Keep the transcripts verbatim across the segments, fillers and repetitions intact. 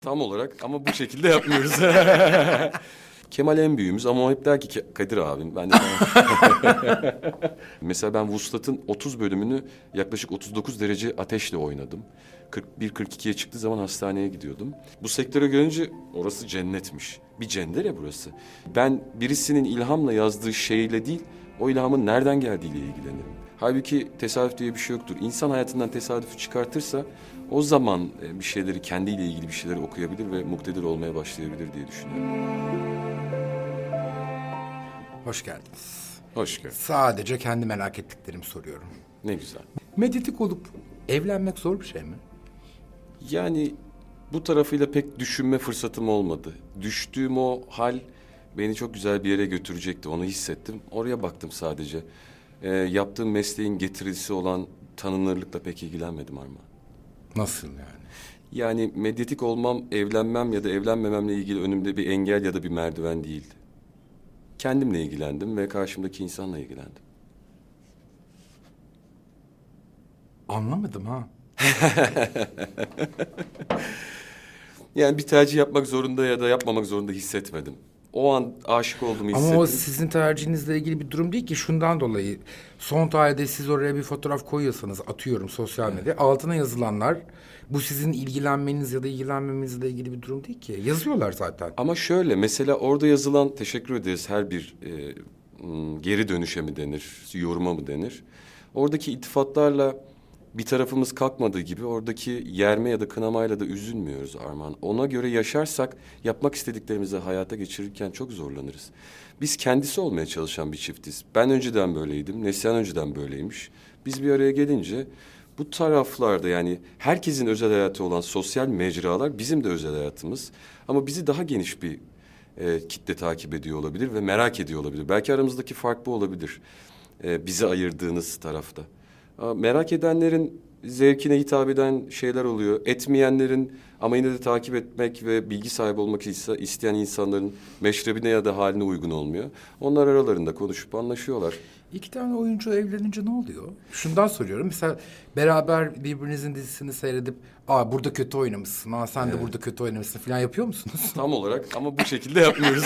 Tam olarak ama bu şekilde yapmıyoruz. Kemal en büyüğümüz ama o hep der ki Kadir abim. Ben de mesela ben Vuslat'ın otuz bölümünü yaklaşık otuz dokuz derece ateşle oynadım. kırk bir kırk ikiye çıktığı zaman hastaneye gidiyordum. Bu sektöre görünce orası cennetmiş. Bir cendere burası. Ben birisinin ilhamla yazdığı şeyle değil, o ilhamın nereden geldiğiyle ilgilenirim. Halbuki tesadüf diye bir şey yoktur. İnsan hayatından tesadüfü çıkartırsa o zaman bir şeyleri, kendiyle ilgili bir şeyleri okuyabilir ve muktedir olmaya başlayabilir diye düşünüyorum. Hoş geldiniz. Hoş geldin. Sadece kendi merak ettiklerimi soruyorum. Ne güzel. Medyatik olup evlenmek zor bir şey mi? Yani bu tarafıyla pek düşünme fırsatım olmadı. Düştüğüm o hal beni çok güzel bir yere götürecekti. Onu hissettim. Oraya baktım sadece. Ee, yaptığım mesleğin getirisi olan tanınırlıkla pek ilgilenmedim Armağan. Nasıl yani? Yani medyatik olmam, evlenmem ya da evlenmememle ilgili önümde bir engel ya da bir merdiven değildi. Kendimle ilgilendim ve karşımdaki insanla ilgilendim. Anlamadım ha. Yani bir tercih yapmak zorunda ya da yapmamak zorunda hissetmedim. O an aşık olduğumu hissettim. Ama o sizin tercihinizle ilgili bir durum değil ki, şundan dolayı. Son tarihte siz oraya bir fotoğraf koyuyorsanız, atıyorum sosyal medya, evet, altına yazılanlar bu sizin ilgilenmeniz ya da ilgilenmemenizle ilgili bir durum değil ki. Yazıyorlar zaten. Ama şöyle, mesela orada yazılan, teşekkür ederiz her bir e, geri dönüşe mi denir, yoruma mı denir? Oradaki iltifatlarla bir tarafımız kalkmadığı gibi oradaki yerme ya da kınamayla da üzülmüyoruz Armağan. Ona göre yaşarsak yapmak istediklerimizi hayata geçirirken çok zorlanırız. Biz kendisi olmaya çalışan bir çiftiz. Ben önceden böyleydim, Neslihan önceden böyleymiş. Biz bir araya gelince bu taraflarda, yani herkesin özel hayatı olan sosyal mecralar bizim de özel hayatımız. Ama bizi daha geniş bir e, kitle takip ediyor olabilir ve merak ediyor olabilir. Belki aramızdaki fark bu olabilir. E, bizi ayırdığınız tarafta. Merak edenlerin zevkine hitap eden şeyler oluyor. Etmeyenlerin ama yine de takip etmek ve bilgi sahibi olmak isteyen insanların meşrebine ya da haline uygun olmuyor. Onlar aralarında konuşup anlaşıyorlar. İki tane oyuncu evlenince ne oluyor? Şundan soruyorum. Mesela beraber birbirinizin dizisini seyredip aa burada kötü oynamışsın, aa sen evet. de burada kötü oynamışsın falan yapıyor musunuz? Tam olarak ama bu şekilde yapmıyoruz.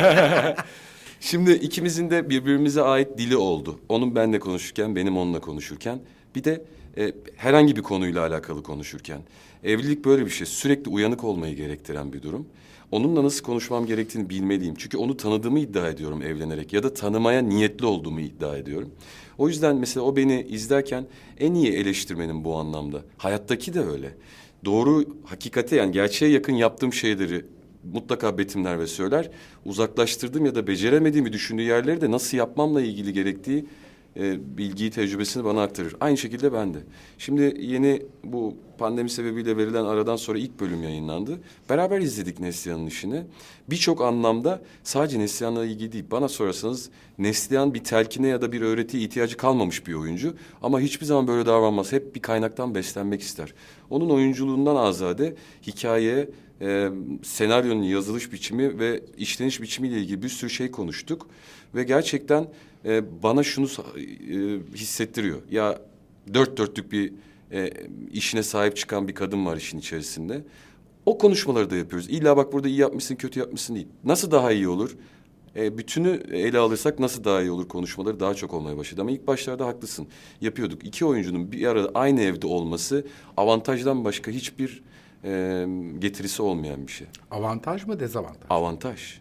Şimdi ikimizin de birbirimize ait dili oldu. Onun benimle konuşurken, benim onunla konuşurken. Bir de e, herhangi bir konuyla alakalı konuşurken. Evlilik böyle bir şey. Sürekli uyanık olmayı gerektiren bir durum. Onunla nasıl konuşmam gerektiğini bilmeliyim. Çünkü onu tanıdığımı iddia ediyorum evlenerek. Ya da tanımaya niyetli olduğumu iddia ediyorum. O yüzden mesela o beni izlerken en iyi eleştirmenim bu anlamda. Hayattaki de öyle. Doğru, hakikate, yani gerçeğe yakın yaptığım şeyleri mutlaka betimler ve söyler. Uzaklaştırdığım ya da beceremediğimi düşündüğü yerleri de nasıl yapmamla ilgili gerektiği e, bilgiyi, tecrübesini bana aktarır. Aynı şekilde ben de. Şimdi yeni bu pandemi sebebiyle verilen aradan sonra ilk bölüm yayınlandı. Beraber izledik Neslihan'ın işini. Birçok anlamda sadece Neslihan'la ilgili değil. Bana sorarsanız Neslihan bir telkine ya da bir öğretiye ihtiyacı kalmamış bir oyuncu. Ama hiçbir zaman böyle davranmaz. Hep bir kaynaktan beslenmek ister. Onun oyunculuğundan azade hikaye, e, senaryonun yazılış biçimi ve işleniş biçimiyle ilgili bir sürü şey konuştuk. Ve gerçekten e, bana şunu e, hissettiriyor. Ya dört dörtlük bir e, işine sahip çıkan bir kadın var işin içerisinde. O konuşmaları da yapıyoruz. İlla bak burada iyi yapmışsın, kötü yapmışsın değil. Nasıl daha iyi olur? E, bütünü ele alırsak nasıl daha iyi olur konuşmaları daha çok olmaya başladı. Ama ilk başlarda haklısın. Yapıyorduk. İki oyuncunun bir arada aynı evde olması avantajdan başka hiçbir e, getirisi olmayan bir şey. Avantaj mı, dezavantaj? Avantaj.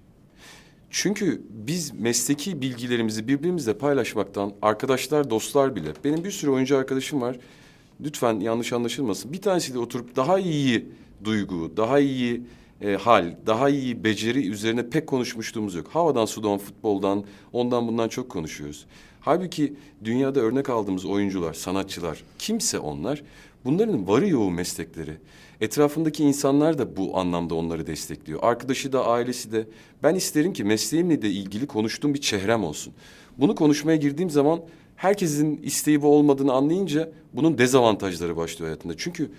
Çünkü biz mesleki bilgilerimizi birbirimizle paylaşmaktan, arkadaşlar, dostlar bile. Benim bir sürü oyuncu arkadaşım var. Lütfen yanlış anlaşılmasın. Bir tanesiyle oturup daha iyi duygu, daha iyi e, hal, daha iyi beceri üzerine pek konuşmuşluğumuz yok. Havadan, sudan, futboldan, ondan bundan çok konuşuyoruz. Halbuki dünyada örnek aldığımız oyuncular, sanatçılar, kimse onlar, bunların varı yoğu meslekleri. Etrafındaki insanlar da bu anlamda onları destekliyor. Arkadaşı da, ailesi de. Ben isterim ki mesleğimle de ilgili konuştuğum bir çehrem olsun. Bunu konuşmaya girdiğim zaman herkesin isteği bu olmadığını anlayınca bunun dezavantajları başlıyor hayatında. Çünkü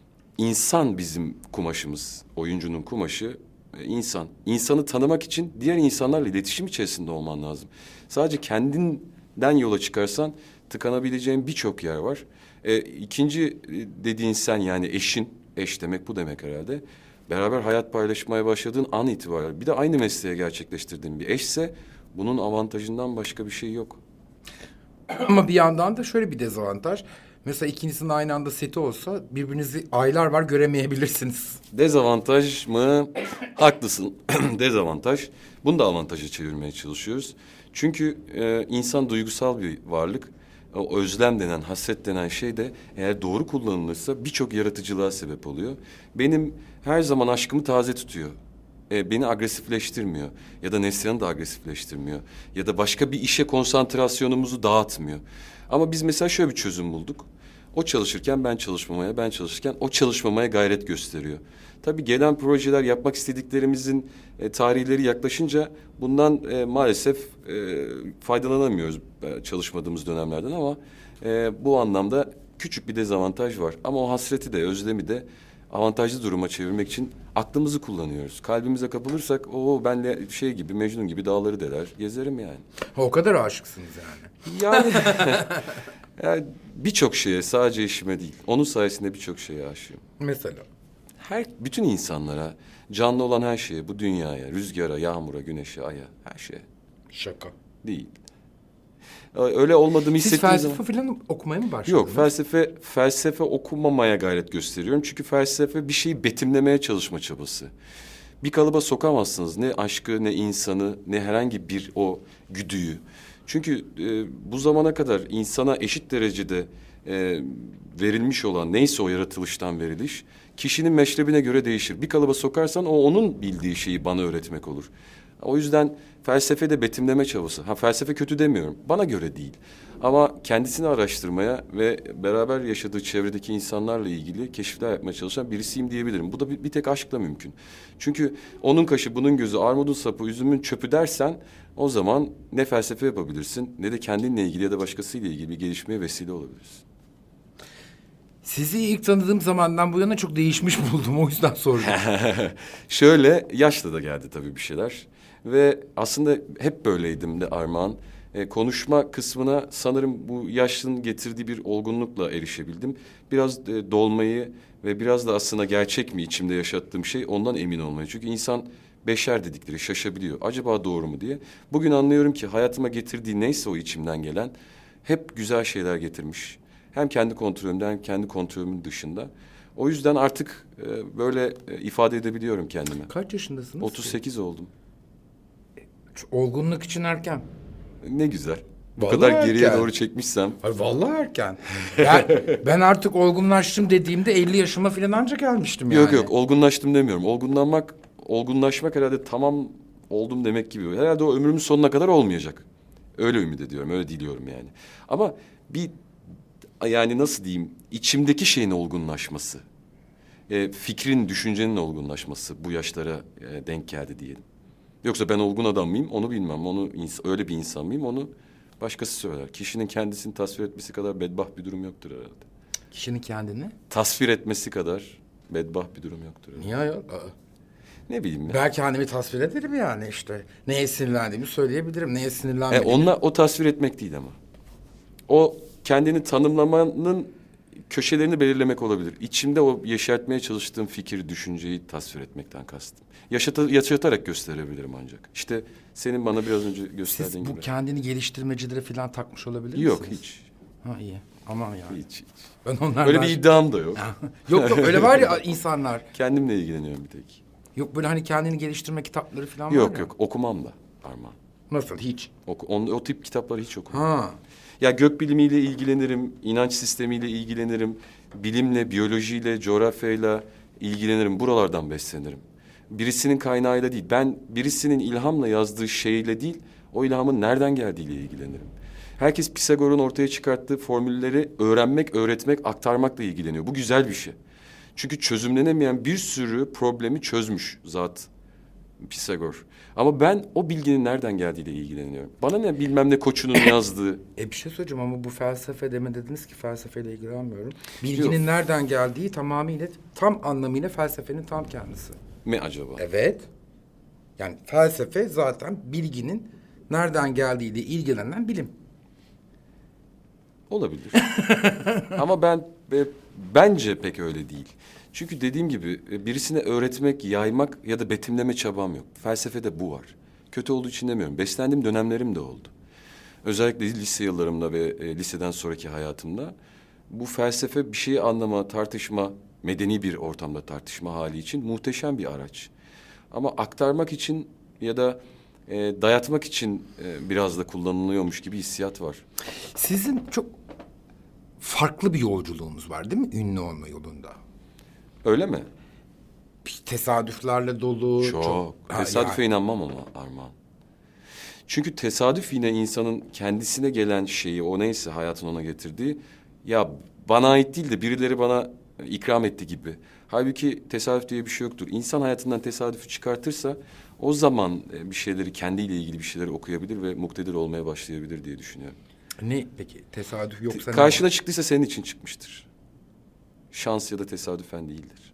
insan bizim kumaşımız, oyuncunun kumaşı insan. İnsanı tanımak için diğer insanlarla iletişim içerisinde olman lazım. Sadece kendinden yola çıkarsan tıkanabileceğin birçok yer var. E, ikinci dediğin sen, yani eşin, eş demek bu demek herhalde. beraber hayat paylaşmaya başladığın an itibariyle bir de aynı mesleği gerçekleştirdiğin bir eşse bunun avantajından başka bir şey yok. Ama bir yandan da şöyle bir dezavantaj. Mesela ikinizin aynı anda seti olsa birbirinizi aylar var göremeyebilirsiniz. Dezavantaj mı? Haklısın. Dezavantaj. Bunu da avantaja çevirmeye çalışıyoruz. Çünkü e, insan duygusal bir varlık. O özlem denen, hasret denen şey de eğer doğru kullanılırsa birçok yaratıcılığa sebep oluyor. Benim her zaman aşkımı taze tutuyor. E, beni agresifleştirmiyor. Ya da Neslihan'ı da agresifleştirmiyor. Ya da başka bir işe konsantrasyonumuzu dağıtmıyor. Ama biz mesela şöyle bir çözüm bulduk. O çalışırken ben çalışmamaya, ben çalışırken o çalışmamaya gayret gösteriyor. Tabii gelen projeler, yapmak istediklerimizin e, tarihleri yaklaşınca bundan e, maalesef e, faydalanamıyoruz e, çalışmadığımız dönemlerden ama e, bu anlamda küçük bir dezavantaj var. Ama o hasreti de, özlemi de avantajlı duruma çevirmek için aklımızı kullanıyoruz. Kalbimize kapılırsak o benle şey gibi, Mecnun gibi dağları deler, gezerim yani. O kadar aşıksınız yani. Yani, yani birçok şeye, sadece işime değil. Onun sayesinde birçok şeye aşığım. Mesela. Her, bütün insanlara, canlı olan her şeye, bu dünyaya, rüzgara, yağmura, güneşe, aya, her şeye Şaka. değil. Öyle olmadığımı Siz hissettiğim felsefe zaman... falan okumaya mı başladınız? Yok, felsefe felsefe okumamaya gayret gösteriyorum. Çünkü felsefe bir şeyi betimlemeye çalışma çabası. Bir kalıba sokamazsınız ne aşkı, ne insanı, ne herhangi bir o güdüyü. Çünkü e, bu zamana kadar insana eşit derecede e, verilmiş olan neyse o yaratılıştan veriliş, kişinin meşrebine göre değişir. Bir kalıba sokarsan o onun bildiği şeyi bana öğretmek olur. O yüzden felsefe de betimleme çabası. Ha felsefe kötü demiyorum. Bana göre değil. Ama kendisini araştırmaya ve beraber yaşadığı çevredeki insanlarla ilgili keşifler yapmaya çalışan birisiyim diyebilirim. Bu da bir, bir tek aşkla mümkün. Çünkü onun kaşı, bunun gözü, armudun sapı, üzümün çöpü dersen o zaman ne felsefe yapabilirsin ne de kendinle ilgili ya da başkasıyla ilgili bir gelişmeye vesile olabilirsin. Sizi ilk tanıdığım zamandan bu yana çok değişmiş buldum. O yüzden sordum. Şöyle yaşla da geldi tabii bir şeyler. Ve aslında hep böyleydim de Armağan. E, konuşma kısmına sanırım bu yaşlının getirdiği bir olgunlukla erişebildim. Biraz e, dolmayı ve biraz da aslında gerçek mi içimde yaşattığım şey ondan emin olmayı. Çünkü insan beşer dedikleri şaşabiliyor. Acaba doğru mu diye. Bugün anlıyorum ki hayatıma getirdiği neyse o içimden gelen hep güzel şeyler getirmiş. Hem kendi kontrolümden hem kendi kontrolümün dışında. O yüzden artık e, böyle e, ifade edebiliyorum kendime. Kaç yaşındasınız? otuz sekiz oldum. Şu olgunluk için erken. Ne güzel. Bu Vallahi kadar geriye erken. doğru çekmişsem. Ay vallahi erken. Ben, ben artık olgunlaştım dediğimde elli yaşıma falan ancak gelmiştim yani. Yok yok olgunlaştım demiyorum. Olgunlanmak, olgunlaşmak herhalde tamam oldum demek gibi. Herhalde o ömrümün sonuna kadar olmayacak. Öyle ümit ediyorum, öyle diliyorum yani. Ama bir yani nasıl diyeyim içimdeki şeyin olgunlaşması. E, fikrin, düşüncenin olgunlaşması bu yaşlara e, denk geldi diyelim. Yoksa ben olgun adam mıyım onu bilmem. Onu öyle bir insan mıyım onu başkası söyler. Kişinin kendisini tasvir etmesi kadar bedbaht bir durum yoktur herhalde. Kişinin kendini? Tasvir etmesi kadar bedbaht bir durum yoktur herhalde. Niye ya? Aa. Ne bileyim ya. Ben kendimi tasvir ederim yani işte. Neye sinirlendiğimi söyleyebilirim. Neye E, sinirlenmediğimi. onunla o tasvir etmek değil ama. O kendini tanımlamanın köşelerini belirlemek olabilir. İçimde o yeşertmeye çalıştığım fikir, düşünceyi tasvir etmekten kastım. Yaşata, yaşatarak gösterebilirim ancak. İşte senin bana biraz önce gösterdiğin Siz bu gibi. kendini geliştirmecilere falan takmış olabilir Yok misiniz? hiç. Ha iyi. Aman ya. Hiç hiç. Ben onlardan... Öyle bir iddiam da yok. Yok yok öyle var ya insanlar. Kendimle ilgileniyorum bir tek. Yok böyle hani kendini geliştirme kitapları falan var Yok ya. yok okumam da Armağan. Nasıl hiç? Oku, on, o tip kitapları hiç okumam. Ha. Ya gökbilimiyle ilgilenirim, inanç sistemiyle ilgilenirim, bilimle, biyolojiyle, coğrafyayla ilgilenirim. Buralardan beslenirim. Birisinin kaynağıyla değil, ben birisinin ilhamla yazdığı şeyle değil, o ilhamın nereden geldiğiyle ilgilenirim. Herkes Pisagor'un ortaya çıkarttığı formülleri öğrenmek, öğretmek, aktarmakla ilgileniyor. Bu güzel bir şey. Çünkü çözümlenemeyen bir sürü problemi çözmüş zat Pisagor. Ama ben o bilginin nereden geldiğiyle ilgileniyorum. Bana ne bilmem ne koçunun yazdığı. E bir şey söyleyeceğim ama bu felsefe deme dediniz ki felsefeyle ilgilenmiyorum. Bilginin Yok. nereden geldiği tamamıyla tam anlamıyla felsefenin tam kendisi. Mi acaba? Evet. Yani felsefe zaten bilginin nereden geldiğiyle ilgilenen bilim. Olabilir. Ama ben e, bence pek öyle değil. Çünkü dediğim gibi e, birisine öğretmek, yaymak ya da betimleme çabam yok. Felsefede bu var. Kötü olduğu için demiyorum. Beslendiğim dönemlerim de oldu. Özellikle lise yıllarımda ve e, liseden sonraki hayatımda bu felsefe bir şeyi anlama, tartışma, medeni bir ortamda tartışma hali için muhteşem bir araç. Ama aktarmak için ya da e, dayatmak için e, biraz da kullanılıyormuş gibi hissiyat var. Sizin çok farklı bir yolculuğunuz var değil mi ünlü olma yolunda? Öyle mi? Tesadüflerle dolu. Çok. Ha, Tesadüfe ya- inanmam ama Armağan. Çünkü tesadüf yine insanın kendisine gelen şeyi, o neyse hayatın ona getirdiği, ya bana ait değil de birileri bana ikram etti gibi. Halbuki tesadüf diye bir şey yoktur. İnsan hayatından tesadüfü çıkartırsa o zaman e, bir şeyleri, kendiyle ilgili bir şeyleri okuyabilir ve muktedir olmaya başlayabilir diye düşünüyorum. Ne peki tesadüf yoksa ne Karşına var? çıktıysa senin için çıkmıştır. Şans ya da tesadüfen değildir.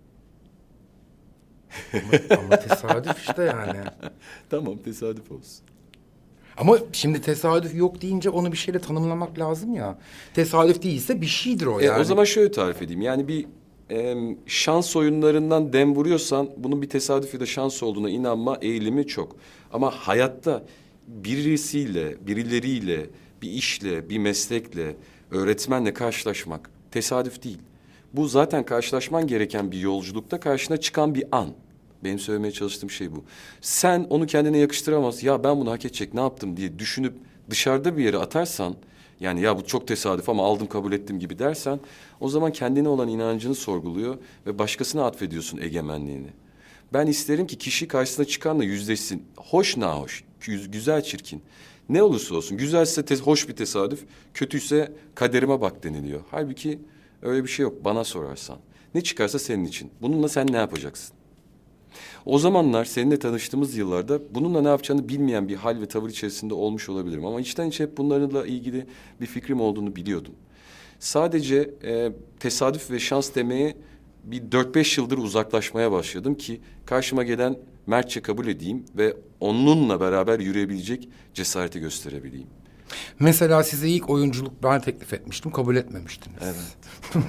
Ama tesadüf işte yani. Tamam, tesadüf olsun. Ama şimdi tesadüf yok deyince onu bir şeyle tanımlamak lazım ya. Tesadüf değilse bir şeydir o E, yani. o zaman şöyle tarif edeyim. Yani bir e, şans oyunlarından dem vuruyorsan bunun bir tesadüf ya da şans olduğuna inanma eğilimi çok. Ama hayatta birisiyle, birileriyle, bir işle, bir meslekle, öğretmenle karşılaşmak tesadüf değil. Bu zaten karşılaşman gereken bir yolculukta karşına çıkan bir an. Benim söylemeye çalıştığım şey bu. Sen onu kendine yakıştıramaz. Ya ben bunu hak edecek ne yaptım diye düşünüp dışarıda bir yere atarsan... Yani ya bu çok tesadüf ama aldım kabul ettim gibi dersen... o zaman kendine olan inancını sorguluyor ve başkasına atfediyorsun egemenliğini. Ben isterim ki kişi karşısına çıkanla yüzleşsin. Hoş nahoş, gü- güzel çirkin. Ne olursa olsun. Güzelse te- hoş bir tesadüf, kötüyse kaderime bak deniliyor. Halbuki öyle bir şey yok bana sorarsan. Ne çıkarsa senin için. Bununla sen ne yapacaksın? O zamanlar seninle tanıştığımız yıllarda bununla ne yapacağını bilmeyen bir hal ve tavır içerisinde olmuş olabilirim. Ama içten içe hep bunlarla ilgili bir fikrim olduğunu biliyordum. Sadece e, tesadüf ve şans demeye bir dört beş yıldır uzaklaşmaya başladım ki karşıma gelen mertçe kabul edeyim ve onunla beraber yürüyebilecek cesareti gösterebileyim. Mesela size ilk oyunculuk ben teklif etmiştim, kabul etmemiştiniz. Evet.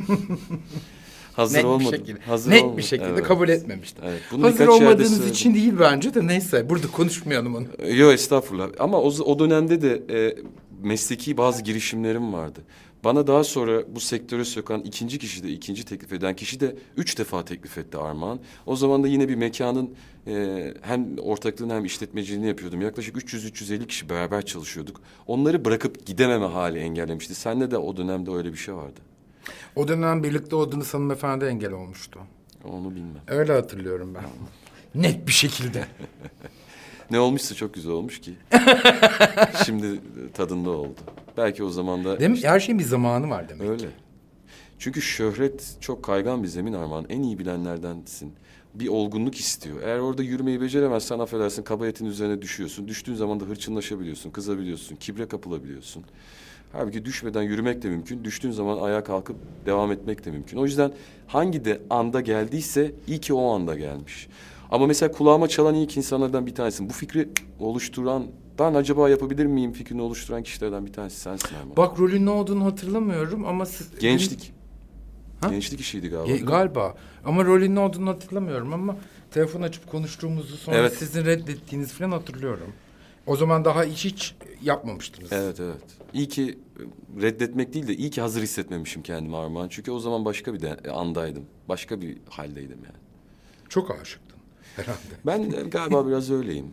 Hazır Net olmadım. bir şekilde, Hazır net olmadım. bir şekilde Evet. kabul etmemiştim. Evet, bunu Hazır birkaç yerde olmadığınız söyledim. için değil bence de neyse burada konuşmayalım onu. Yok estağfurullah. Ama o, o dönemde de e, mesleki bazı girişimlerim vardı. Bana daha sonra bu sektöre sokan ikinci kişi de, ikinci teklif eden kişi de üç defa teklif etti Armağan. O zaman da yine bir mekanın e, hem ortaklığını hem işletmeciliğini yapıyordum. Yaklaşık üç yüz üç yüz elli kişi beraber çalışıyorduk. Onları bırakıp gidememe hali engellemişti. Sende de o dönemde öyle bir şey vardı. O dönem birlikte olduğunuz hanımefendi engel olmuştu. Onu bilmem. Öyle hatırlıyorum ben. Net bir şekilde. Ne olmuşsa çok güzel olmuş ki. Şimdi tadında oldu. Belki o zaman da... Değil mi? Her şeyin bir zamanı var demek. Öyle. Çünkü şöhret çok kaygan bir zemin Armağan. En iyi bilenlerdensin. Bir olgunluk istiyor. Eğer orada yürümeyi beceremezsen affedersin kabayetin üzerine düşüyorsun. Düştüğün zaman da hırçınlaşabiliyorsun, kızabiliyorsun, kibre kapılabiliyorsun. Halbuki düşmeden yürümek de mümkün. Düştüğün zaman ayağa kalkıp devam etmek de mümkün. O yüzden hangi de anda geldiyse iyi ki o anda gelmiş. Ama mesela kulağıma çalan ilk insanlardan bir tanesin. Bu fikri oluşturan, ben acaba yapabilir miyim fikrini oluşturan kişilerden bir tanesi sensin Armağan. Bak rolün ne olduğunu hatırlamıyorum ama siz... Gençlik. Ha? Gençlik işiydi galiba. Ge- değil mi? galiba. Ama rolün ne olduğunu hatırlamıyorum ama telefon açıp konuştuğumuzu sonra Evet. sizin reddettiğiniz falan hatırlıyorum. O zaman daha hiç hiç yapmamıştınız. Evet evet. İyi ki e, reddetmek değil de iyi ki hazır hissetmemişim kendimi Armağan. Çünkü o zaman başka bir de e, andaydım. Başka bir haldeydim yani. Çok aşıktın herhalde. Ben de galiba biraz öyleyim.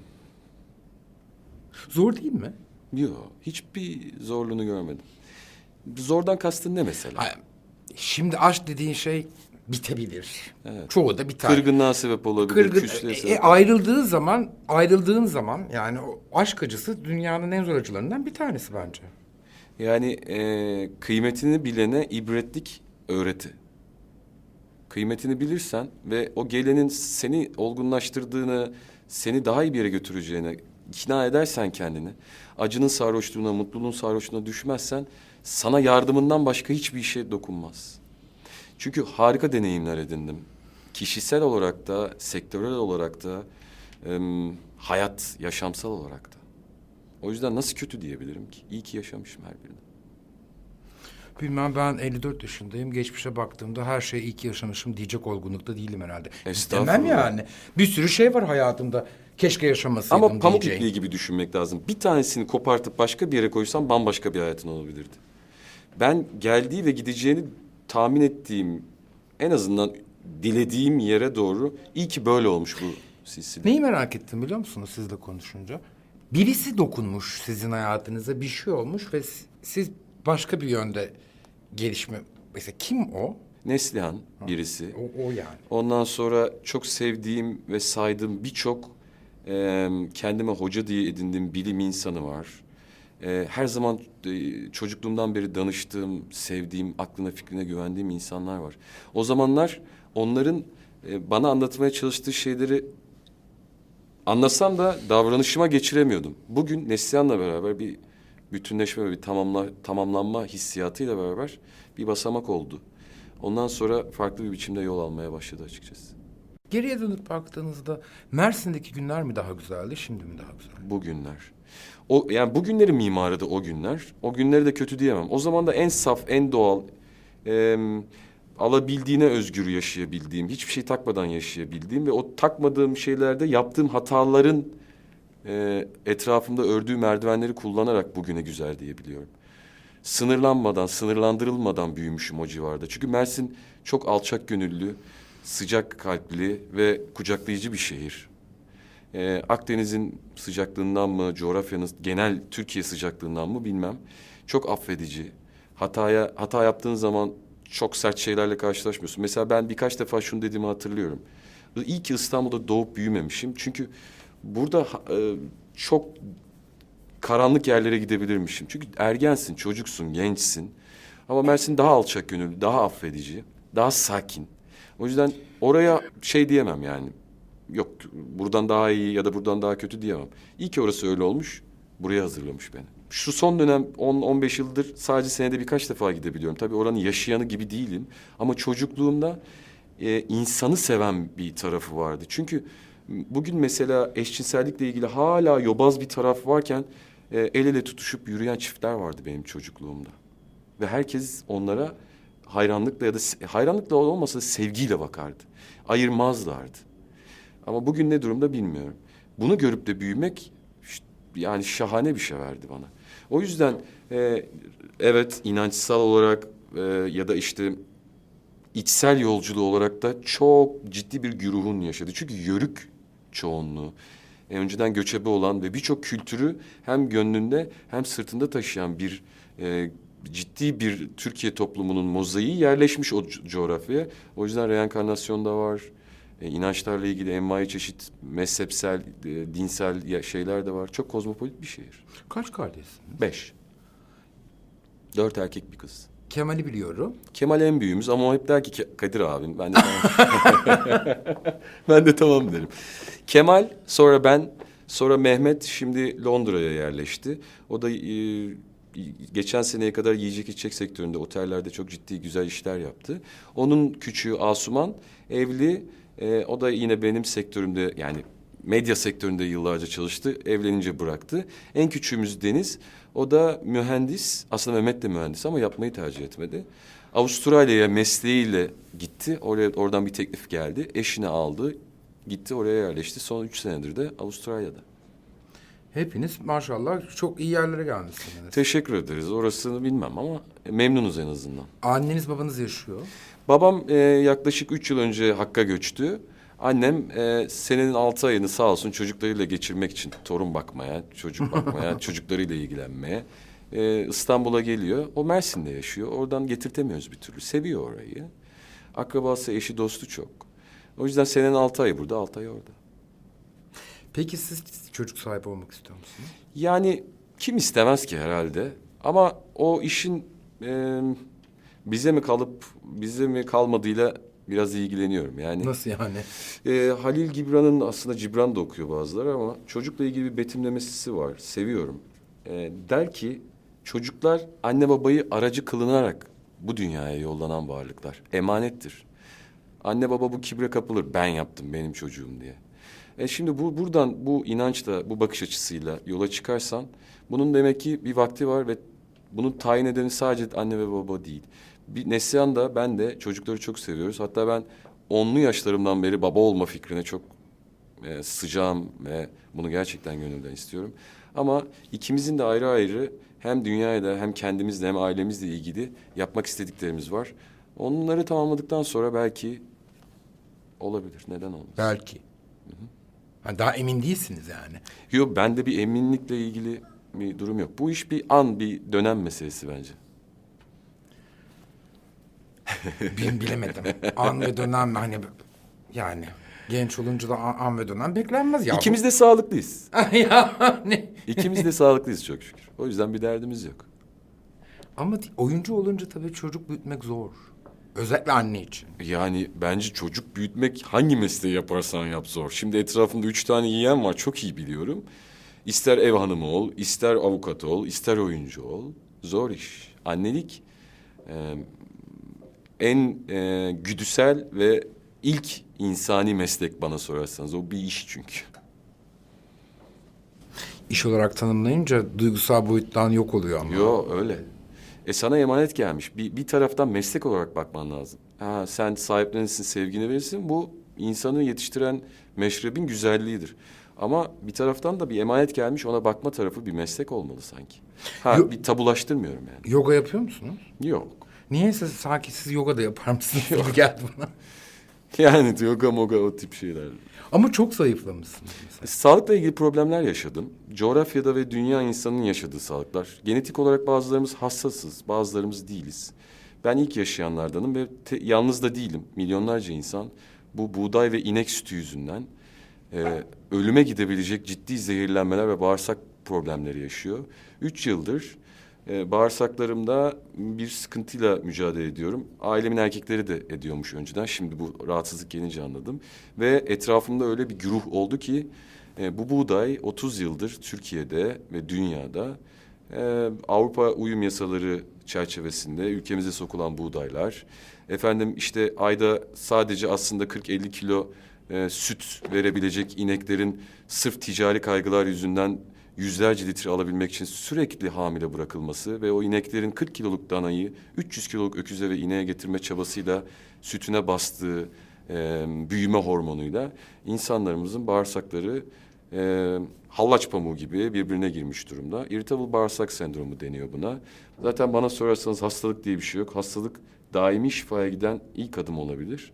Zor değil mi? Yok. Hiçbir zorluğunu görmedim. Zordan kastın ne mesela? Ay, şimdi aşk dediğin şey bitebilir. Evet. Çoğu da biter. Kırgınlığa sebep olabilir. Kırgın, küslüğe e, sebep e, ayrıldığı zaman, ayrıldığın zaman yani o aşk acısı dünyanın en zor acılarından bir tanesi bence. Yani e, kıymetini bilene ibretlik öğreti. Kıymetini bilirsen ve o gelenin seni olgunlaştırdığını, seni daha iyi bir yere götüreceğine ikna edersen kendini, acının sarhoşluğuna, mutluluğun sarhoşluğuna düşmezsen sana yardımından başka hiçbir şey dokunmaz. Çünkü harika deneyimler edindim. Kişisel olarak da, sektörel olarak da, em, hayat, yaşamsal olarak da. O yüzden nasıl kötü diyebilirim ki? İyi ki yaşamışım her birini. Bilmem, ben elli dört yaşındayım. Geçmişe baktığımda her şeyi iyi ki yaşamışım diyecek olgunlukta değilim herhalde. Estağfurullah. Demem yani. Bir sürü şey var hayatımda. Keşke yaşamasaydım Ama pamuk diyeceğim. ipliği gibi düşünmek lazım. Bir tanesini kopartıp başka bir yere koysan bambaşka bir hayatın olabilirdi. Ben geldiği ve gideceğini tahmin ettiğim, en azından dilediğim yere doğru iyi ki böyle olmuş bu silsile. Neyi merak ettim biliyor musunuz sizle konuşunca? Birisi dokunmuş sizin hayatınıza, bir şey olmuş ve si- siz başka bir yönde gelişme... Mesela kim o? Neslihan birisi. O, o yani. Ondan sonra çok sevdiğim ve saydığım birçok e, kendime hoca diye edindiğim bilim insanı var. E, her zaman e, çocukluğumdan beri danıştığım, sevdiğim, aklına fikrine güvendiğim insanlar var. O zamanlar onların e, bana anlatmaya çalıştığı şeyleri anlasam da davranışıma geçiremiyordum. Bugün Neslihan'la beraber bir bütünleşme ve bir tamamla, tamamlanma hissiyatıyla beraber bir basamak oldu. Ondan sonra farklı bir biçimde yol almaya başladı açıkçası. Geriye dönüp baktığınızda Mersin'deki günler mi daha güzeldi, şimdi mi daha güzel? Bugünler. O yani bugünlerin mimarı da o günler. O günleri de kötü diyemem. O zaman da en saf, en doğal, e, alabildiğine özgür yaşayabildiğim, hiçbir şey takmadan yaşayabildiğim ve o takmadığım şeylerde yaptığım hataların e, etrafımda ördüğü merdivenleri kullanarak bugüne güzel diyebiliyorum. Sınırlanmadan, sınırlandırılmadan büyümüşüm o civarda. Çünkü Mersin çok alçak gönüllü, sıcak kalpli ve kucaklayıcı bir şehir. Ee, Akdeniz'in sıcaklığından mı, coğrafyanın genel Türkiye sıcaklığından mı bilmem. Çok affedici. Hataya hata yaptığın zaman çok sert şeylerle karşılaşmıyorsun. Mesela ben birkaç defa şunu dediğimi hatırlıyorum. İyi ki İstanbul'da doğup büyümemişim. Çünkü burada e, çok karanlık yerlere gidebilirmişim. Çünkü ergensin, çocuksun, gençsin. Ama Mersin daha alçak gönüllü, daha affedici, daha sakin. O yüzden oraya şey diyemem yani. Yok buradan daha iyi ya da buradan daha kötü diyemem. İyi ki orası öyle olmuş, buraya hazırlamış beni. Şu son dönem on on beş yıldır sadece senede birkaç defa gidebiliyorum. Tabii oranın yaşayanı gibi değilim. Ama çocukluğumda e, insanı seven bir tarafı vardı. Çünkü bugün mesela eşcinsellikle ilgili hala yobaz bir taraf varken e, el ele tutuşup yürüyen çiftler vardı benim çocukluğumda. Ve herkes onlara hayranlıkla ya da hayranlıkla olmasa da sevgiyle bakardı. Ayırmazlardı. Ama bugün ne durumda bilmiyorum. Bunu görüp de büyümek yani şahane bir şey verdi bana. O yüzden e, evet inançsal olarak e, ya da işte içsel yolculuğu olarak da çok ciddi bir güruhun yaşadı. Çünkü yörük çoğunluğu. E, önceden göçebe olan ve birçok kültürü hem gönlünde hem sırtında taşıyan bir e, ciddi bir Türkiye toplumunun mozaiği yerleşmiş o co- coğrafyaya. O yüzden reenkarnasyon da var. E, inançlarla ilgili envai çeşit mezhepsel, e, dinsel ya- şeyler de var. Çok kozmopolit bir şehir. Kaç kardeşsiniz? Beş. Dört erkek bir kız. Kemal'i biliyorum. Kemal en büyüğümüz ama o hep der ki "Ke- Kadir abim ben de tamam. Ben de tamam derim. Kemal sonra ben sonra Mehmet şimdi Londra'ya yerleşti. O da e, geçen seneye kadar yiyecek içecek sektöründe otellerde çok ciddi güzel işler yaptı. Onun küçüğü Asuman evli. E, o da yine benim sektörümde yani medya sektöründe yıllarca çalıştı. Evlenince bıraktı. En küçüğümüz Deniz. O da mühendis. Aslında Mehmet de mühendis ama yapmayı tercih etmedi. Avustralya'ya mesleğiyle gitti. Oraya oradan bir teklif geldi. Eşini aldı. Gitti oraya yerleşti. Son üç senedir de Avustralya'da. Hepiniz maşallah çok iyi yerlere gelmişsiniz. Teşekkür ederiz. Orasını bilmem ama memnunuz en azından. Anneniz babanız yaşıyor. Babam e, yaklaşık üç yıl önce Hakk'a göçtü. Annem e, senenin altı ayını sağ olsun çocuklarıyla geçirmek için torun bakmaya, çocuk bakmaya, çocuklarıyla ilgilenmeye e, İstanbul'a geliyor. O Mersin'de yaşıyor. Oradan getirtemiyoruz bir türlü. Seviyor orayı. Akrabası, eşi, dostu çok. O yüzden senenin altı ayı burada, altı ay orada. Peki siz çocuk sahibi olmak istiyor musunuz? Yani kim istemez ki herhalde. Ama o işin e, bize mi kalıp bize mi kalmadığıyla biraz ilgileniyorum. Yani Nasıl yani? e, Halil Gibran'ın aslında Cibran da okuyor bazıları ama çocukla ilgili bir betimlemesi var. Seviyorum. E, der ki çocuklar anne babayı aracı kılınarak bu dünyaya yollanan varlıklar. Emanettir. Anne baba bu kibre kapılır. Ben yaptım benim çocuğum diye. E şimdi bu buradan bu inançla, bu bakış açısıyla yola çıkarsan bunun demek ki bir vakti var ve bunun tayin edeni sadece anne ve baba değil. Bir Neslihan da ben de çocukları çok seviyoruz. Hatta ben onlu yaşlarımdan beri baba olma fikrine çok e, sıcağım ve bunu gerçekten gönülden istiyorum. Ama ikimizin de ayrı ayrı hem dünyayla hem kendimizle hem ailemizle ilgili yapmak istediklerimiz var. Onları tamamladıktan sonra belki olabilir. Neden olmaz? Belki. Ha, daha emin değilsiniz yani. Yok, bende bir eminlikle ilgili bir durum yok. Bu iş bir an, bir dönem meselesi bence. Bin bilemedim. An ve dönem hani yani genç olunca da an, an ve dönem beklenmez ya. İkimiz de sağlıklıyız. yani. İkimiz de sağlıklıyız çok şükür. O yüzden bir derdimiz yok. Ama oyuncu olunca tabii çocuk büyütmek zor. Özellikle anne için. Yani bence çocuk büyütmek hangi mesleği yaparsan yap zor. Şimdi etrafımda üç tane yeğen var, çok iyi biliyorum. İster ev hanımı ol, ister avukat ol, ister oyuncu ol. Zor iş. Annelik e, en e, güdüsel ve ilk insani meslek bana sorarsanız. O bir iş çünkü. İş olarak tanımlayınca duygusal boyuttan yok oluyor ama. Yo, öyle. E sana emanet gelmiş. Bir, bir taraftan meslek olarak bakman lazım. Ha, sen sahiplenirsin, sevgini verirsin. Bu insanı yetiştiren meşrebin güzelliğidir. Ama bir taraftan da bir emanet gelmiş, ona bakma tarafı bir meslek olmalı sanki. Ha, Yo- bir tabulaştırmıyorum yani. Yoga yapıyor musunuz? Yok. Niyeyse sanki siz yoga da yapar mısınız gibi geldi bana. Yani yoga moga o tip şeyler. Ama çok zayıflamışsınız mesela. Sağlıkla ilgili problemler yaşadım. Coğrafyada ve dünya insanının yaşadığı sağlıklar. Genetik olarak bazılarımız hassasız, bazılarımız değiliz. Ben ilk yaşayanlardanım ve te- yalnız da değilim. Milyonlarca insan bu buğday ve inek sütü yüzünden e, ölüme gidebilecek ciddi zehirlenmeler ve bağırsak problemleri yaşıyor. Üç yıldır e, bağırsaklarımda bir sıkıntıyla mücadele ediyorum. Ailemin erkekleri de ediyormuş önceden. Şimdi bu rahatsızlık gelince anladım. Ve etrafımda öyle bir güruh oldu ki e, bu buğday otuz yıldır Türkiye'de ve dünyada e, Avrupa uyum yasaları çerçevesinde ülkemize sokulan buğdaylar. Efendim işte ayda sadece aslında kırk elli kilo e, süt verebilecek ineklerin sırf ticari kaygılar yüzünden yüzlerce litre alabilmek için sürekli hamile bırakılması ve o ineklerin kırk kiloluk danayı üç yüz kiloluk öküze ve ineğe getirme çabasıyla sütüne bastığı e, büyüme hormonuyla insanlarımızın bağırsakları e, hallaç pamuğu gibi birbirine girmiş durumda. İrritable bağırsak sendromu deniyor buna. Zaten bana sorarsanız hastalık diye bir şey yok. Hastalık daimi şifaya giden ilk adım olabilir.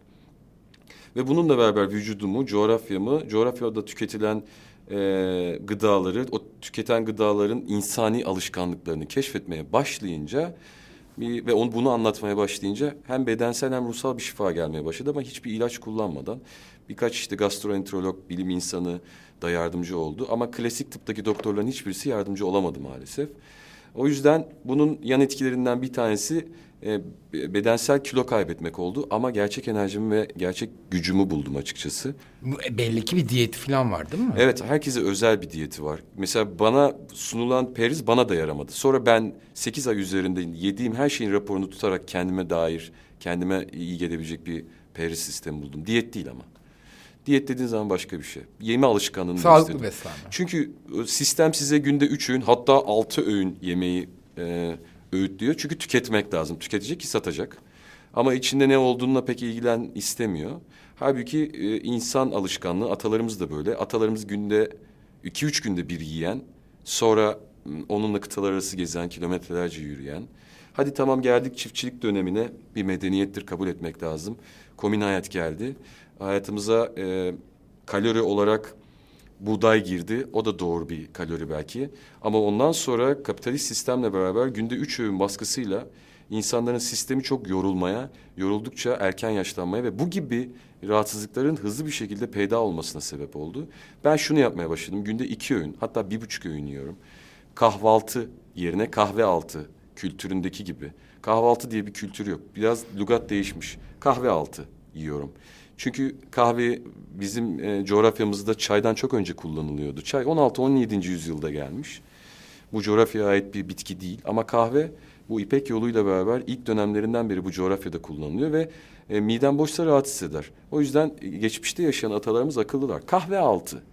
Ve bununla beraber vücudumu, coğrafyamı, coğrafyada tüketilen e, gıdaları, o tüketen gıdaların insani alışkanlıklarını keşfetmeye başlayınca bir, ve onu, bunu anlatmaya başlayınca hem bedensel hem ruhsal bir şifa gelmeye başladı ama hiçbir ilaç kullanmadan birkaç işte gastroenterolog, bilim insanı da yardımcı oldu. Ama klasik tıptaki doktorların hiçbirisi yardımcı olamadı maalesef. O yüzden bunun yan etkilerinden bir tanesi e, bedensel kilo kaybetmek oldu. Ama gerçek enerjimi ve gerçek gücümü buldum açıkçası. Bu, e, belli ki bir diyeti falan var değil mi? Evet, herkese özel bir diyeti var. Mesela bana sunulan periz bana da yaramadı. Sonra ben sekiz ay üzerinde yediğim her şeyin raporunu tutarak kendime dair, kendime iyi gelebilecek bir periz sistemi buldum. Diyet değil ama. Diyet dediğin zaman başka bir şey. Yeme alışkanlığını Sağlıklı istedim. beslenme. Çünkü sistem size günde üç öğün hatta altı öğün yemeği e, öğütlüyor. Çünkü tüketmek lazım. Tüketecek ki satacak. Ama içinde ne olduğuna pek ilgilen istemiyor. Halbuki e, insan alışkanlığı, atalarımız da böyle. Atalarımız günde iki üç günde bir yiyen, sonra m, onunla kıtalar arası gezen, kilometrelerce yürüyen. Hadi tamam, geldik çiftçilik dönemine, bir medeniyettir, kabul etmek lazım. Komün hayat geldi. Hayatımıza e, kalori olarak buğday girdi. O da doğru bir kalori belki. Ama ondan sonra kapitalist sistemle beraber günde üç öğün baskısıyla insanların sistemi çok yorulmaya, yoruldukça erken yaşlanmaya ve bu gibi rahatsızlıkların hızlı bir şekilde peyda olmasına sebep oldu. Ben şunu yapmaya başladım. Günde iki öğün, hatta bir buçuk öğün yiyorum. Kahvaltı yerine kahve altı kültüründeki gibi. Kahvaltı diye bir kültür yok. Biraz lügat değişmiş. Kahve altı yiyorum. Çünkü kahve bizim e, coğrafyamızda çaydan çok önce kullanılıyordu. Çay on altı on yedinci yüzyılda gelmiş. Bu coğrafyaya ait bir bitki değil. Ama kahve bu İpek yoluyla beraber ilk dönemlerinden beri bu coğrafyada kullanılıyor ve e, miden boşsa rahat hisseder. O yüzden e, geçmişte yaşayan atalarımız akıllılar. Kahve altı.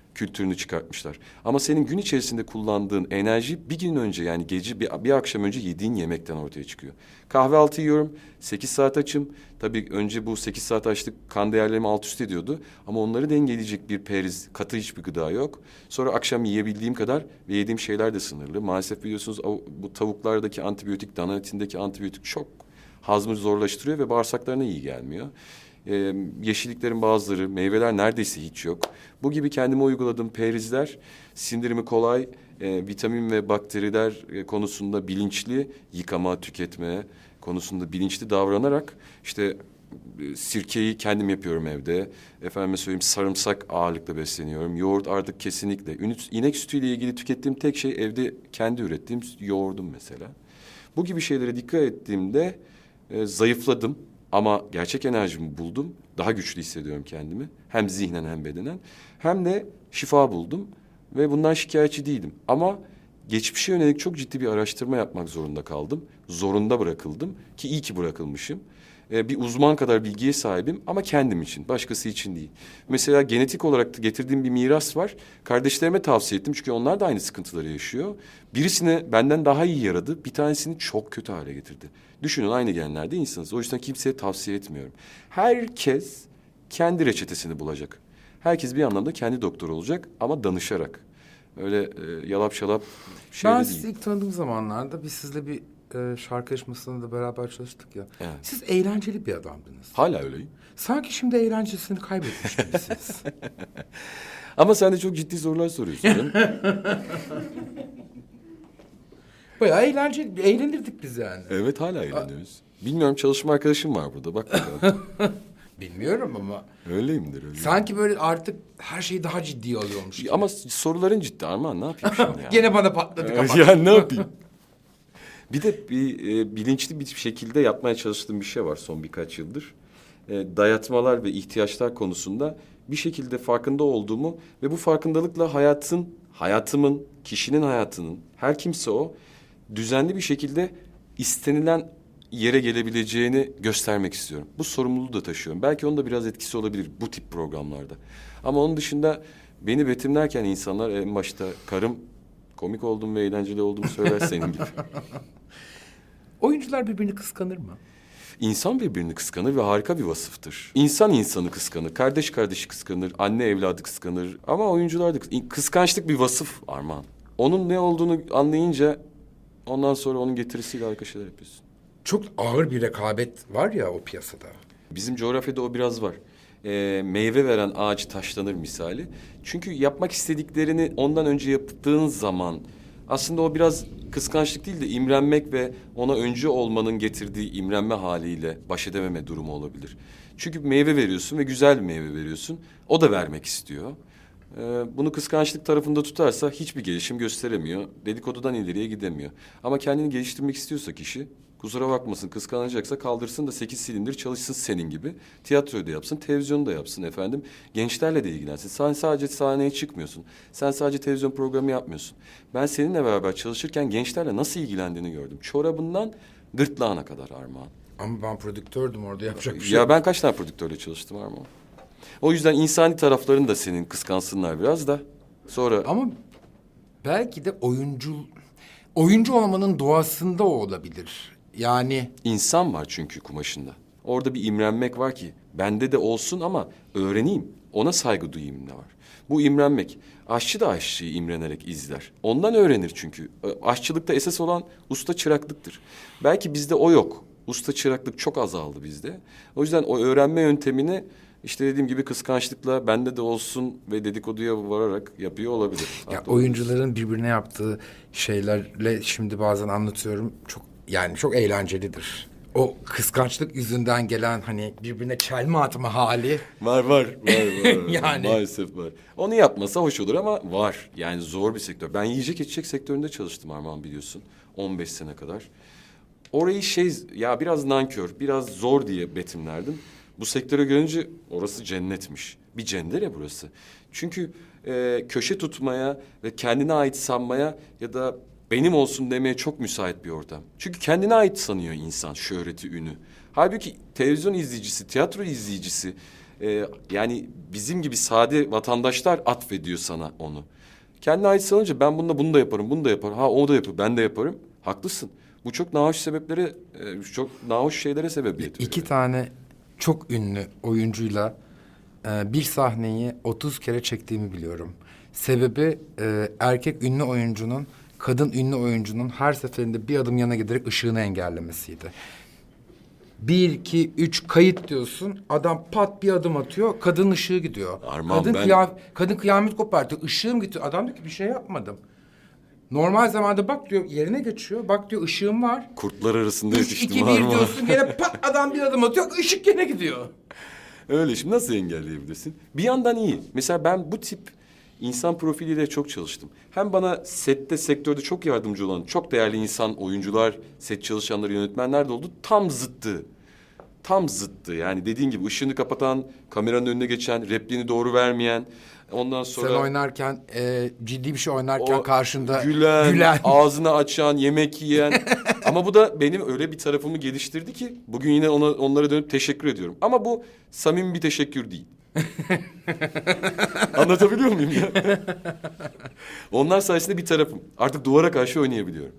kültürünü çıkartmışlar. Ama senin gün içerisinde kullandığın enerji bir gün önce yani gece bir, bir akşam önce yediğin yemekten ortaya çıkıyor. Kahvaltı yiyorum, sekiz saat açım. Tabii önce bu sekiz saat açlık kan değerlerimi alt üst ediyordu. Ama onları dengeleyecek bir periz, katı hiçbir gıda yok. Sonra akşam yiyebildiğim kadar ve yediğim şeyler de sınırlı. Maalesef biliyorsunuz bu tavuklardaki antibiyotik, dana etindeki antibiyotik çok hazmı zorlaştırıyor ve bağırsaklarına iyi gelmiyor. Ee, yeşilliklerin bazıları, meyveler neredeyse hiç yok. Bu gibi kendime uyguladığım perizler sindirimi kolay, e, vitamin ve bakteriler e, konusunda bilinçli, yıkama, tüketme konusunda bilinçli davranarak işte e, sirkeyi kendim yapıyorum evde. Efendime söyleyeyim sarımsak ağırlıklı besleniyorum. Yoğurt artık kesinlikle. Ünit, inek sütüyle ilgili tükettiğim tek şey evde kendi ürettiğim yoğurdum mesela. Bu gibi şeylere dikkat ettiğimde e, zayıfladım. Ama gerçek enerjimi buldum. Daha güçlü hissediyorum kendimi. Hem zihnen hem bedenen. Hem de şifa buldum. Ve bundan şikayetçi değilim. Ama geçmişe yönelik çok ciddi bir araştırma yapmak zorunda kaldım. Zorunda bırakıldım. Ki iyi ki bırakılmışım. Ee, bir uzman kadar bilgiye sahibim ama kendim için, başkası için değil. Mesela genetik olarak da getirdiğim bir miras var. Kardeşlerime tavsiye ettim çünkü onlar da aynı sıkıntıları yaşıyor. Birisine benden daha iyi yaradı, bir tanesini çok kötü hale getirdi. Düşünün aynı genlerde insanız. O yüzden kimseye tavsiye etmiyorum. Herkes kendi reçetesini bulacak. Herkes bir anlamda kendi doktor olacak ama danışarak. Öyle e, yalap şalap şey Ben de sizi değil. ilk tanıdığım zamanlarda biz sizle bir e, şarkı yarışmasında da beraber çalıştık ya. Evet. Siz eğlenceli bir adamdınız. Hala öyleyim. Sanki şimdi eğlencesini kaybetmiş gibisiniz. Ama sen de çok ciddi sorular soruyorsun canım. Bayağı eğlenceli, eğlenirdik biz yani. Evet hala eğleniyoruz. Bilmiyorum çalışma arkadaşım var burada bak bakalım. Bilmiyorum ama Öyleyimdir öyle. sanki böyle artık her şeyi daha ciddiye alıyormuş gibi. Ama soruların ciddi Armağan ne yapayım şimdi ya? Gene bana patladı kapat. Ya ne yapayım? Bir de bir e, bilinçli bir şekilde yapmaya çalıştığım bir şey var son birkaç yıldır. E, dayatmalar ve ihtiyaçlar konusunda bir şekilde farkında olduğumu ve bu farkındalıkla hayatın, hayatımın, kişinin hayatının, her kimse o düzenli bir şekilde istenilen yere gelebileceğini göstermek istiyorum. Bu sorumluluğu da taşıyorum. Belki onun da biraz etkisi olabilir bu tip programlarda. Ama onun dışında beni betimlerken insanlar en başta karım komik oldum ve eğlenceli olduğumu söyler senin gibi. Oyuncular birbirini kıskanır mı? İnsan birbirini kıskanır ve harika bir vasıftır. İnsan insanı kıskanır, kardeş kardeşi kıskanır, anne evladı kıskanır. Ama oyuncular da kıs- kıskançlık bir vasıf Armağan. Onun ne olduğunu anlayınca ondan sonra onun getirisiyle harika şeyler yapıyorsun. Çok ağır bir rekabet var ya o piyasada. Bizim coğrafyada o biraz var. Ee, meyve veren ağacı taşlanır misali. Çünkü yapmak istediklerini ondan önce yaptığın zaman aslında o biraz kıskançlık değil de imrenmek ve ona öncü olmanın getirdiği imrenme haliyle baş edememe durumu olabilir. Çünkü meyve veriyorsun ve güzel bir meyve veriyorsun. O da vermek istiyor. Ee, bunu kıskançlık tarafında tutarsa hiçbir gelişim gösteremiyor. Dedikodudan ileriye gidemiyor. Ama kendini geliştirmek istiyorsa kişi kusura bakmasın kıskanacaksa kaldırsın da sekiz silindir çalışsın senin gibi. Tiyatroyu da yapsın, televizyonu da yapsın efendim. Gençlerle de ilgilensin. Sen sadece sahneye çıkmıyorsun. Sen sadece televizyon programı yapmıyorsun. Ben seninle beraber çalışırken gençlerle nasıl ilgilendiğini gördüm. Çorabından gırtlağına kadar Armağan. Ama ben prodüktördüm orada yapacak bir şey Ya yok. ben kaç tane prodüktörle çalıştım Armağan. O yüzden insani taraflarını da senin kıskansınlar biraz da. Sonra Ama belki de oyuncu oyuncu olmanın doğasında o olabilir. Yani İnsan var çünkü kumaşında. Orada bir imrenmek var ki bende de olsun ama öğreneyim. Ona saygı duyayım da var. Bu imrenmek. Aşçı da aşçıyı imrenerek izler. Ondan öğrenir çünkü. Aşçılıkta esas olan usta çıraklıktır. Belki bizde o yok. Usta çıraklık çok azaldı bizde. O yüzden o öğrenme yöntemini işte dediğim gibi kıskançlıkla bende de olsun ve dedikoduya vararak yapıyor olabilir. ya Haklı oyuncuların birbirine yaptığı şeylerle şimdi bazen anlatıyorum. Çok yani çok eğlencelidir. O kıskançlık yüzünden gelen hani birbirine çelme atma hali. Var var var var. Yani. Maalesef var. Onu yapmasa hoş olur ama var. Yani zor bir sektör. Ben yiyecek içecek sektöründe çalıştım Armağan biliyorsun. on beş sene kadar. Orayı şey ya biraz nankör, biraz zor diye betimlerdim. Bu sektöre görünce orası cennetmiş. Bir cennet ya burası. Çünkü e, köşe tutmaya ve kendine ait sanmaya ya da benim olsun demeye çok müsait bir ortam. Çünkü kendine ait sanıyor insan şöhreti, ünü. Halbuki televizyon izleyicisi, tiyatro izleyicisi e, yani bizim gibi sade vatandaşlar atfediyor sana onu. Kendine ait sanınca ben bununla bunu da yaparım, bunu da yaparım. Ha o da yapıyor, ben de yaparım. Haklısın. Bu çok nahoş sebeplere, e, çok nahoş şeylere sebebiyet veriyor. İki tane çok ünlü oyuncuyla e, bir sahneyi otuz kere çektiğimi biliyorum. Sebebi e, erkek ünlü oyuncunun kadın ünlü oyuncunun her seferinde bir adım yana giderek ışığını engellemesiydi. Bir, iki, üç kayıt diyorsun. Adam pat bir adım atıyor. Kadın ışığı gidiyor. Armağan, kadın, ben- kıyaf- kadın kıyamet kopartıyor. Işığım gidiyor. Adam diyor ki bir şey yapmadım. Normal zamanda bak diyor yerine geçiyor. Bak diyor ışığım var. Kurtlar arasında Üç, yetiştim iki, bir Armağan. diyorsun. Gene pat adam bir adım atıyor. Işık gene gidiyor. Öyle, şimdi nasıl engelleyebilirsin? Bir yandan iyi. Mesela ben bu tip insan profiliyle çok çalıştım. Hem bana sette, sektörde çok yardımcı olan, çok değerli insan, oyuncular, set çalışanları, yönetmenler de oldu. Tam zıttı. Tam zıttı. Yani dediğin gibi ışığını kapatan, kameranın önüne geçen, repliğini doğru vermeyen, ondan sonra... Sen oynarken e, ciddi bir şey oynarken o karşında gülen, gülen. ağzını açan, yemek yiyen. Ama bu da benim öyle bir tarafımı geliştirdi ki bugün yine ona, onlara dönüp teşekkür ediyorum. Ama bu samimi bir teşekkür değil. Anlatabiliyor muyum ya? Onlar sayesinde bir tarafım. Artık duvara karşı oynayabiliyorum.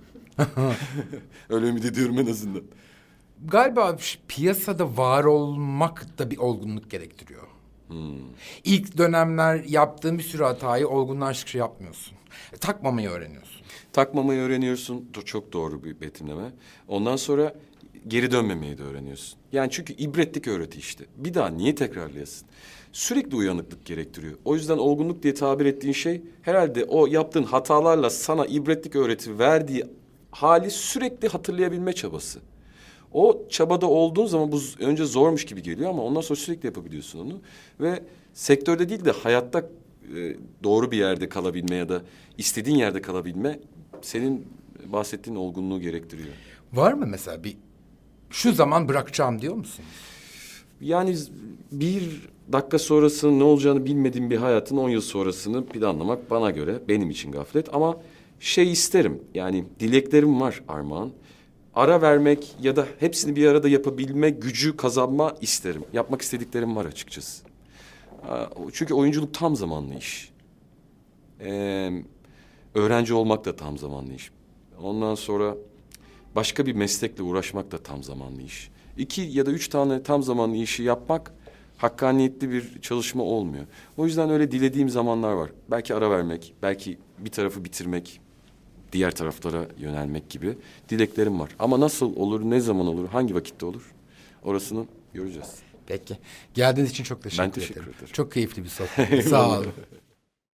Öyle ümit ediyorum en azından. Galiba ş- piyasada var olmak da bir olgunluk gerektiriyor. İlk dönemler yaptığın bir sürü hatayı olgunlaştıkça yapmıyorsun. E, takmamayı öğreniyorsun. Takmamayı öğreniyorsun. Do- Çok doğru bir betimleme. Ondan sonra geri dönmemeyi de öğreniyorsun. Yani çünkü ibretlik öğreti işte. Bir daha niye tekrarlayasın? Sürekli uyanıklık gerektiriyor. O yüzden olgunluk diye tabir ettiğin şey herhalde o yaptığın hatalarla sana ibretlik öğreti verdiği hali sürekli hatırlayabilme çabası. O çabada olduğun zaman bu z- önce zormuş gibi geliyor ama ondan sonra sürekli yapabiliyorsun onu. Ve sektörde değil de hayatta e, doğru bir yerde kalabilme ya da istediğin yerde kalabilme senin bahsettiğin olgunluğu gerektiriyor. Var mı mesela bir şu zaman bırakacağım diyor musun? Yani z- bir dakika sonrasının ne olacağını bilmediğim bir hayatın on yıl sonrasını planlamak bana göre benim için gaflet. Ama şey isterim, yani dileklerim var Armağan. Ara vermek ya da hepsini bir arada yapabilme gücü kazanma isterim. Yapmak istediklerim var açıkçası. Aa, o- Çünkü oyunculuk tam zamanlı iş. Ee, öğrenci olmak da tam zamanlı iş. Ondan sonra başka bir meslekle uğraşmak da tam zamanlı iş. İki ya da üç tane tam zamanlı işi yapmak hakkaniyetli bir çalışma olmuyor. O yüzden öyle dilediğim zamanlar var. Belki ara vermek, belki bir tarafı bitirmek, diğer taraflara yönelmek gibi dileklerim var. Ama nasıl olur, ne zaman olur, hangi vakitte olur orasını göreceğiz. Peki. Geldiğiniz için çok teşekkür, Ben teşekkür ederim. ederim. Çok keyifli bir sohbet. Sağ olun.